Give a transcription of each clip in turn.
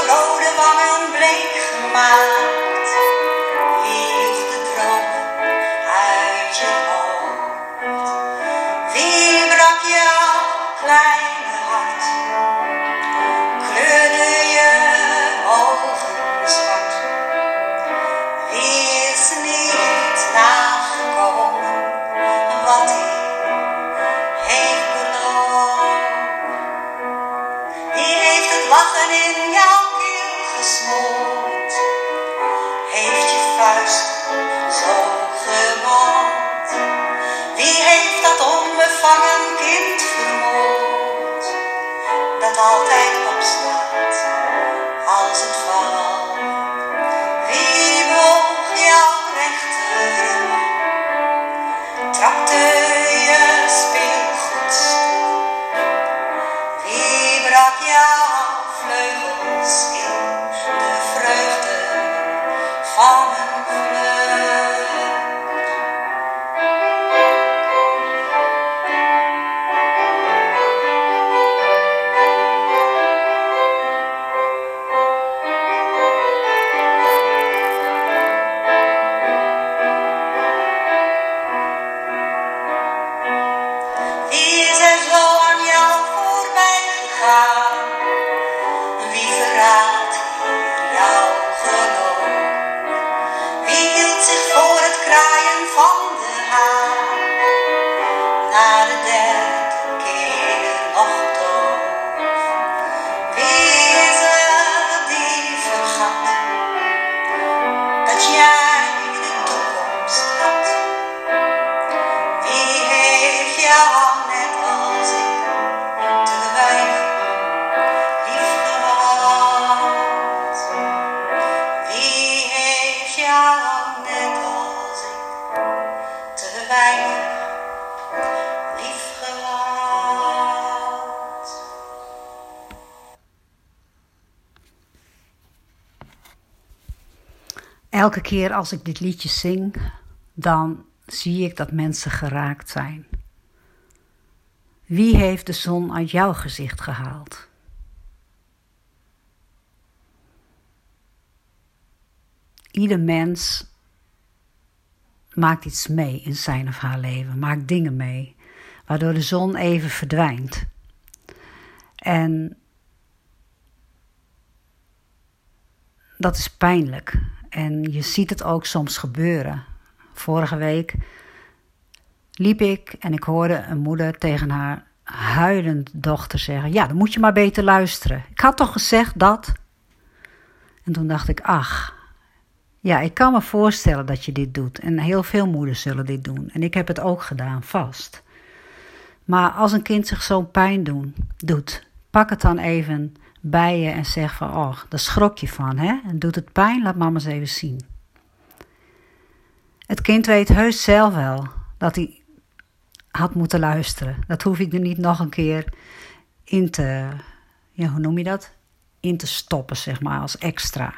rode wangen bleek gemaakt? Wie hield de dromen uit je hoofd? Wie brak jouw kleine hart? Kleurde je ogen zwart? Wie is niet nagekomen wat hij heeft beloofd? Wie heeft het lachen in jouw keel gesmoord? Heeft je vuist zo gewond? Wie heeft dat onbevangen kind vermoord? Dat altijd opstaat als het valt. Wie boog jouw rechter? Trapte je speelgoed stuk? Wie brak jouw vleugels in de vreugde van een vlucht? Wie is er zo aan jou voorbij gegaan? Wie verraadt hier jouw geloof? Wie hield zich voor het kraaien van de haan? Na de derde keer nog doof. Wie is het die vergat dat jij de toekomst had? Wie heeft jou net als ik te weinig lief gehad? Wie heeft jou net als ik te weinig lief gehad? Elke keer als ik dit liedje zing, dan zie ik dat mensen geraakt zijn. Wie heeft de zon uit jouw gezicht gehaald? Ieder mens maakt iets mee in zijn of haar leven, maakt dingen mee, waardoor de zon even verdwijnt. En dat is pijnlijk. En je ziet het ook soms gebeuren. Vorige week liep ik en ik hoorde een moeder tegen haar huilende dochter zeggen: ja, dan moet je maar beter luisteren. Ik had toch gezegd dat? En toen dacht ik, ach, ja, ik kan me voorstellen dat je dit doet. En heel veel moeders zullen dit doen. En ik heb het ook gedaan, vast. Maar als een kind zich zo'n pijn doet, pak het dan even bij je en zeg van, oh, daar schrok je van, hè? En doet het pijn? Laat mama eens even zien. Het kind weet heus zelf wel dat hij had moeten luisteren. Dat hoef ik er niet nog een keer in te, ja, hoe noem je dat? In te stoppen, zeg maar, als extra.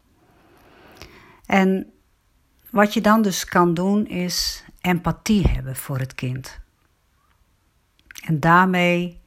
En wat je dan dus kan doen is empathie hebben voor het kind. En daarmee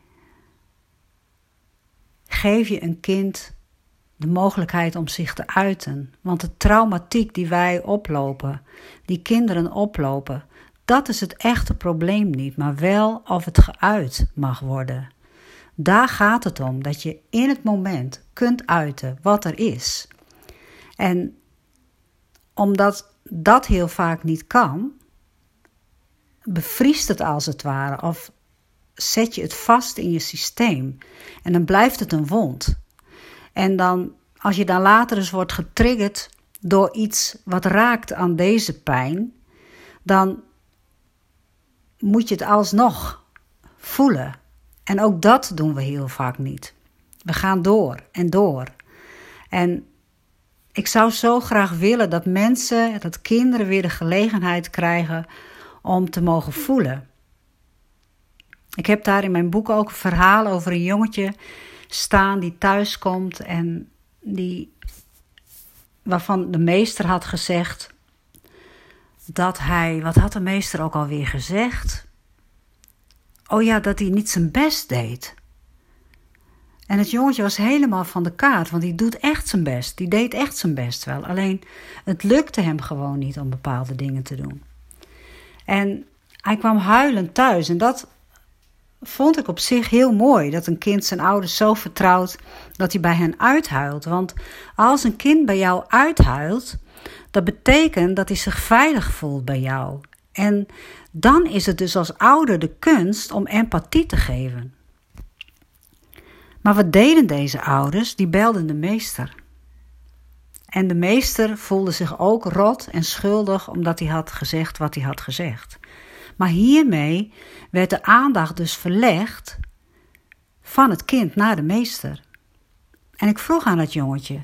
geef je een kind de mogelijkheid om zich te uiten. Want de traumatiek die wij oplopen, die kinderen oplopen, dat is het echte probleem niet, maar wel of het geuit mag worden. Daar gaat het om, dat je in het moment kunt uiten wat er is. En omdat dat heel vaak niet kan, bevriest het als het ware of zet je het vast in je systeem. En dan blijft het een wond. En dan, als je dan later eens wordt getriggerd door iets wat raakt aan deze pijn, dan moet je het alsnog voelen. En ook dat doen we heel vaak niet. We gaan door en door. En ik zou zo graag willen dat mensen, dat kinderen weer de gelegenheid krijgen om te mogen voelen. Ik heb daar in mijn boek ook een verhaal over een jongetje staan die thuis komt en waarvan de meester had gezegd dat hij, wat had de meester ook alweer gezegd? Oh ja, dat hij niet zijn best deed. En het jongetje was helemaal van de kaart, want die doet echt zijn best. Die deed echt zijn best wel. Alleen het lukte hem gewoon niet om bepaalde dingen te doen. En hij kwam huilend thuis. En dat vond ik op zich heel mooi. Dat een kind zijn ouders zo vertrouwt dat hij bij hen uithuilt. Want als een kind bij jou uithuilt, dat betekent dat hij zich veilig voelt bij jou. En dan is het dus als ouder de kunst om empathie te geven. Maar wat deden deze ouders? Die belden de meester. En de meester voelde zich ook rot en schuldig omdat hij had gezegd wat hij had gezegd. Maar hiermee werd de aandacht dus verlegd van het kind naar de meester. En ik vroeg aan het jongetje: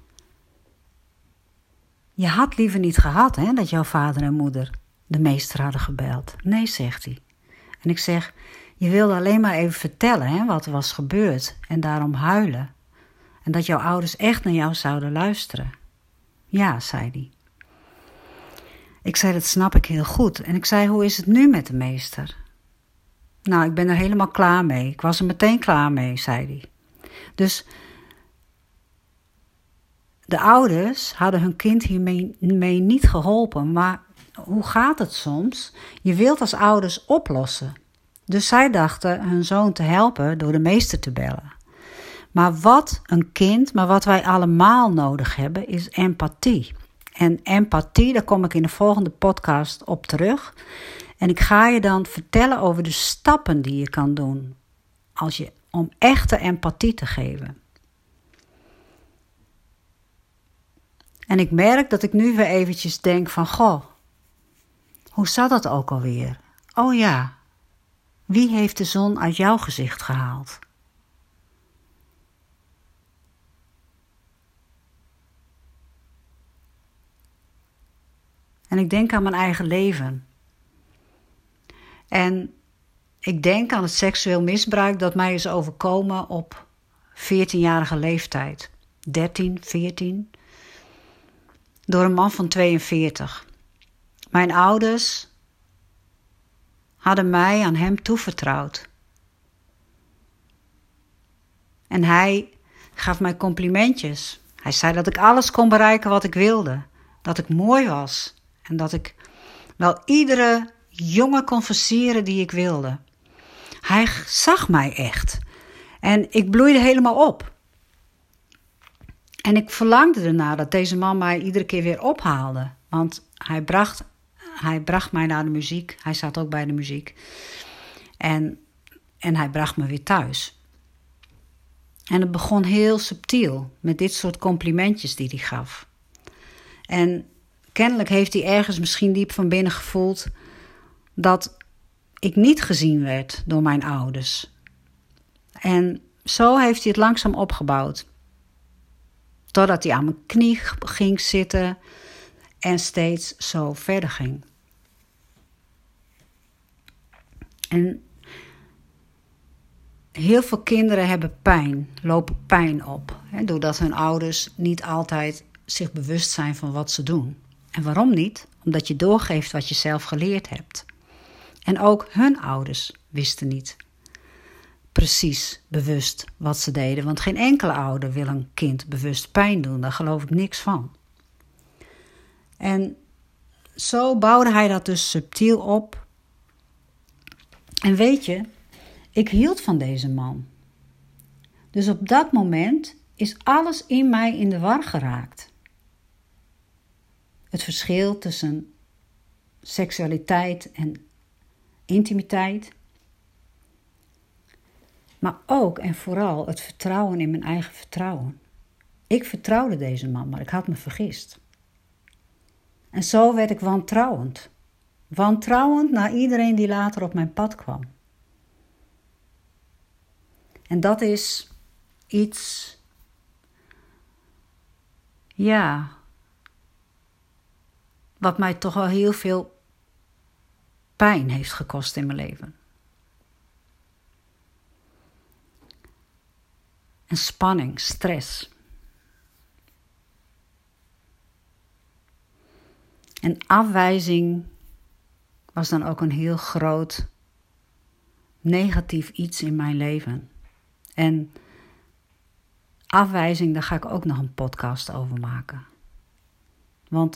je had liever niet gehad, hè, dat jouw vader en moeder de meester hadden gebeld? Nee, zegt hij. En ik zeg: je wilde alleen maar even vertellen, hè, wat er was gebeurd en daarom huilen. En dat jouw ouders echt naar jou zouden luisteren. Ja, zei hij. Ik zei: dat snap ik heel goed. En ik zei: hoe is het nu met de meester? Nou, ik ben er helemaal klaar mee. Ik was er meteen klaar mee, zei hij. Dus de ouders hadden hun kind hiermee niet geholpen. Maar hoe gaat het soms? Je wilt als ouders oplossen. Dus zij dachten hun zoon te helpen door de meester te bellen. Maar wat een kind, maar wat wij allemaal nodig hebben, is empathie. En empathie, daar kom ik in de volgende podcast op terug. En ik ga je dan vertellen over de stappen die je kan doen om echte empathie te geven. En ik merk dat ik nu weer eventjes denk van: goh, hoe zat dat ook alweer? Oh ja, wie heeft de zon uit jouw gezicht gehaald? En ik denk aan mijn eigen leven. En ik denk aan het seksueel misbruik dat mij is overkomen op 14-jarige leeftijd. 13, 14. Door een man van 42. Mijn ouders hadden mij aan hem toevertrouwd. En hij gaf mij complimentjes. Hij zei dat ik alles kon bereiken wat ik wilde. Dat ik mooi was. En dat ik wel iedere jongen kon versieren die ik wilde. Hij zag mij echt. En ik bloeide helemaal op. En ik verlangde ernaar dat deze man mij iedere keer weer ophaalde. Want hij bracht mij naar de muziek. Hij zat ook bij de muziek. En hij bracht me weer thuis. En het begon heel subtiel. Met dit soort complimentjes die hij gaf. En kennelijk heeft hij ergens misschien diep van binnen gevoeld dat ik niet gezien werd door mijn ouders. En zo heeft hij het langzaam opgebouwd. Totdat hij aan mijn knie ging zitten en steeds zo verder ging. En heel veel kinderen hebben pijn, lopen pijn op. Doordat hun ouders niet altijd zich bewust zijn van wat ze doen. En waarom niet? Omdat je doorgeeft wat je zelf geleerd hebt. En ook hun ouders wisten niet precies bewust wat ze deden. Want geen enkele ouder wil een kind bewust pijn doen. Daar geloof ik niks van. En zo bouwde hij dat dus subtiel op. En weet je, ik hield van deze man. Dus op dat moment is alles in mij in de war geraakt. Het verschil tussen seksualiteit en intimiteit. Maar ook en vooral het vertrouwen in mijn eigen vertrouwen. Ik vertrouwde deze man, maar ik had me vergist. En zo werd ik wantrouwend. Wantrouwend naar iedereen die later op mijn pad kwam. En dat is iets, wat mij toch al heel veel pijn heeft gekost in mijn leven. En spanning, stress. En afwijzing was dan ook een heel groot negatief iets in mijn leven. En afwijzing, daar ga ik ook nog een podcast over maken. Want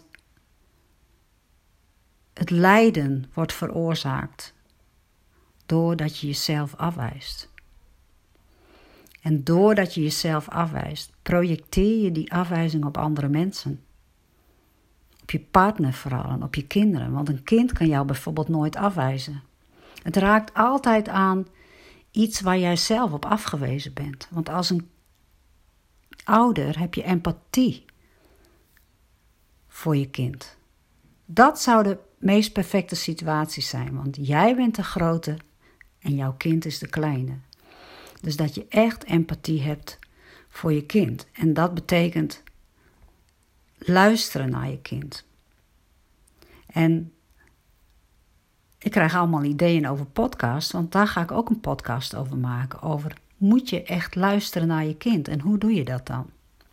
het lijden wordt veroorzaakt doordat je jezelf afwijst. En doordat je jezelf afwijst, projecteer je die afwijzing op andere mensen. Op je partner vooral en op je kinderen. Want een kind kan jou bijvoorbeeld nooit afwijzen. Het raakt altijd aan iets waar jij zelf op afgewezen bent. Want als een ouder heb je empathie voor je kind. Dat zou de meest perfecte situatie zijn. Want jij bent de grote en jouw kind is de kleine. Dus dat je echt empathie hebt voor je kind. En dat betekent luisteren naar je kind. En ik krijg allemaal ideeën over podcasts, want daar ga ik ook een podcast over maken. Over, moet je echt luisteren naar je kind en hoe doe je dat dan?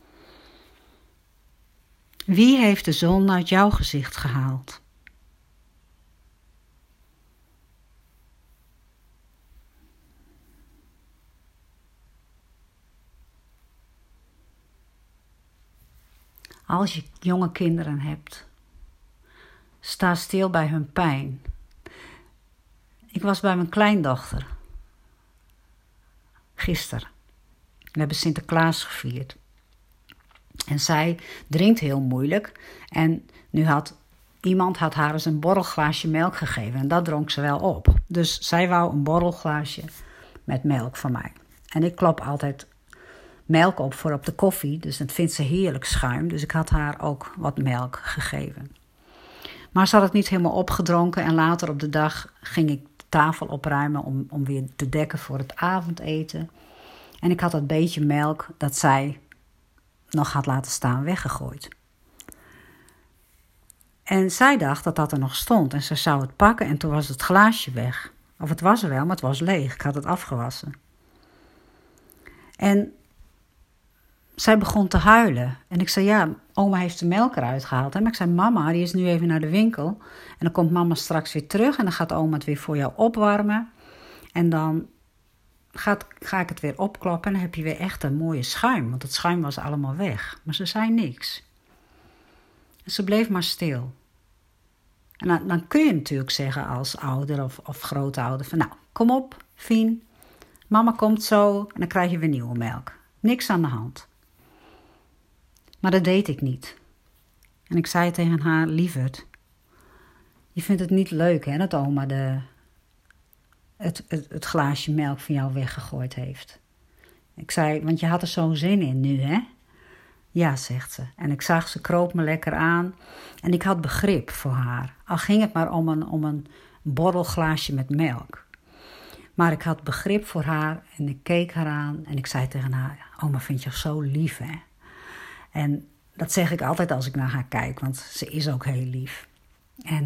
Wie heeft de zon uit jouw gezicht gehaald? Als je jonge kinderen hebt, sta stil bij hun pijn. Ik was bij mijn kleindochter gisteren. We hebben Sinterklaas gevierd. En zij drinkt heel moeilijk. En nu had iemand haar eens een borrelglaasje melk gegeven. En dat dronk ze wel op. Dus zij wou een borrelglaasje met melk van mij. En ik klop altijd melk op voor op de koffie. Dus dat vindt ze heerlijk schuim. Dus ik had haar ook wat melk gegeven. Maar ze had het niet helemaal opgedronken. En later op de dag ging ik de tafel opruimen om weer te dekken voor het avondeten. En ik had dat beetje melk dat zij nog had laten staan weggegooid. En zij dacht dat dat er nog stond. En ze zou het pakken en toen was het glaasje weg. Of het was er wel, maar het was leeg. Ik had het afgewassen. En zij begon te huilen. En ik zei, ja, oma heeft de melk eruit gehaald. Maar ik zei, mama, die is nu even naar de winkel. En dan komt mama straks weer terug. En dan gaat oma het weer voor jou opwarmen. En dan ga ik het weer opkloppen. En dan heb je weer echt een mooie schuim. Want het schuim was allemaal weg. Maar ze zei niks. En ze bleef maar stil. En dan kun je natuurlijk zeggen als ouder of grootouder. Van nou, kom op, Fien. Mama komt zo. En dan krijg je weer nieuwe melk. Niks aan de hand. Maar dat deed ik niet. En ik zei tegen haar, lieverd, je vindt het niet leuk hè, dat oma het glaasje melk van jou weggegooid heeft. Ik zei, want je had er zo'n zin in nu hè. Ja, zegt ze. En ik zag, ze kroop me lekker aan. En ik had begrip voor haar. Al ging het maar om een borrelglaasje met melk. Maar ik had begrip voor haar en ik keek haar aan. En ik zei tegen haar, oma vindt je zo lief hè. En dat zeg ik altijd als ik naar haar kijk, want ze is ook heel lief. En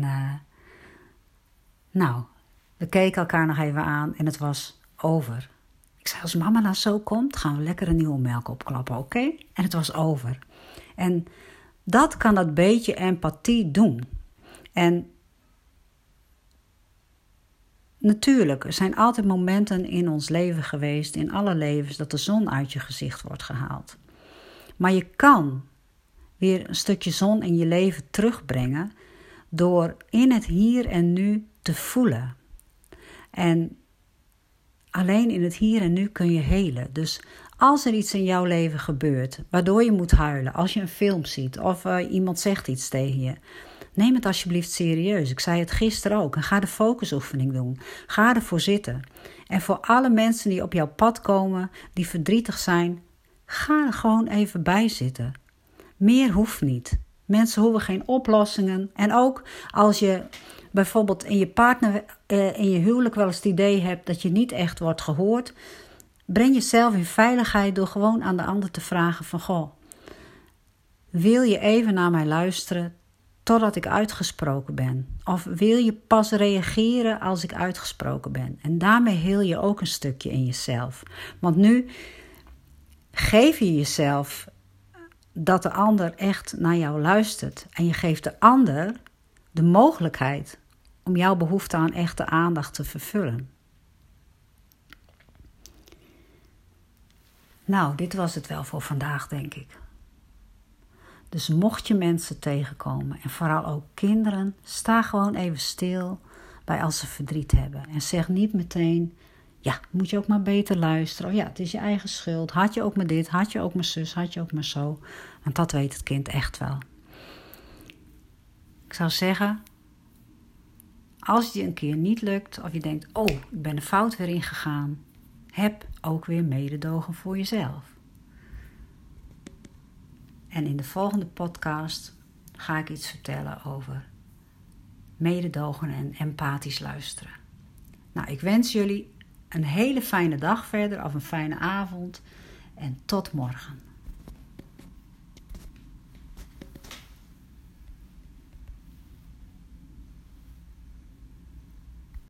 we keken elkaar nog even aan en het was over. Ik zei, als mama nou zo komt, gaan we lekker een nieuwe melk opklappen, oké? En het was over. En dat kan dat beetje empathie doen. En natuurlijk, er zijn altijd momenten in ons leven geweest, in alle levens, dat de zon uit je gezicht wordt gehaald. Maar je kan weer een stukje zon in je leven terugbrengen door in het hier en nu te voelen. En alleen in het hier en nu kun je helen. Dus als er iets in jouw leven gebeurt waardoor je moet huilen, als je een film ziet of iemand zegt iets tegen je, neem het alsjeblieft serieus. Ik zei het gisteren ook. En ga de focusoefening doen. Ga ervoor zitten. En voor alle mensen die op jouw pad komen, die verdrietig zijn, ga er gewoon even bij zitten. Meer hoeft niet. Mensen hoeven geen oplossingen. En ook als je bijvoorbeeld in je partner, in je huwelijk wel eens het idee hebt dat je niet echt wordt gehoord, breng jezelf in veiligheid door gewoon aan de ander te vragen van, goh, wil je even naar mij luisteren totdat ik uitgesproken ben? Of wil je pas reageren als ik uitgesproken ben? En daarmee heel je ook een stukje in jezelf. Want nu geef je jezelf dat de ander echt naar jou luistert. En je geeft de ander de mogelijkheid om jouw behoefte aan echte aandacht te vervullen. Nou, dit was het wel voor vandaag, denk ik. Dus mocht je mensen tegenkomen en vooral ook kinderen, sta gewoon even stil bij als ze verdriet hebben. En zeg niet meteen, ja, moet je ook maar beter luisteren. Oh ja, het is je eigen schuld. Had je ook maar dit, had je ook maar zus, had je ook maar zo. Want dat weet het kind echt wel. Ik zou zeggen, als het je een keer niet lukt of je denkt, oh, ik ben de fout weer ingegaan, heb ook weer mededogen voor jezelf. En in de volgende podcast ga ik iets vertellen over mededogen en empathisch luisteren. Nou, ik wens jullie een hele fijne dag verder of een fijne avond en tot morgen.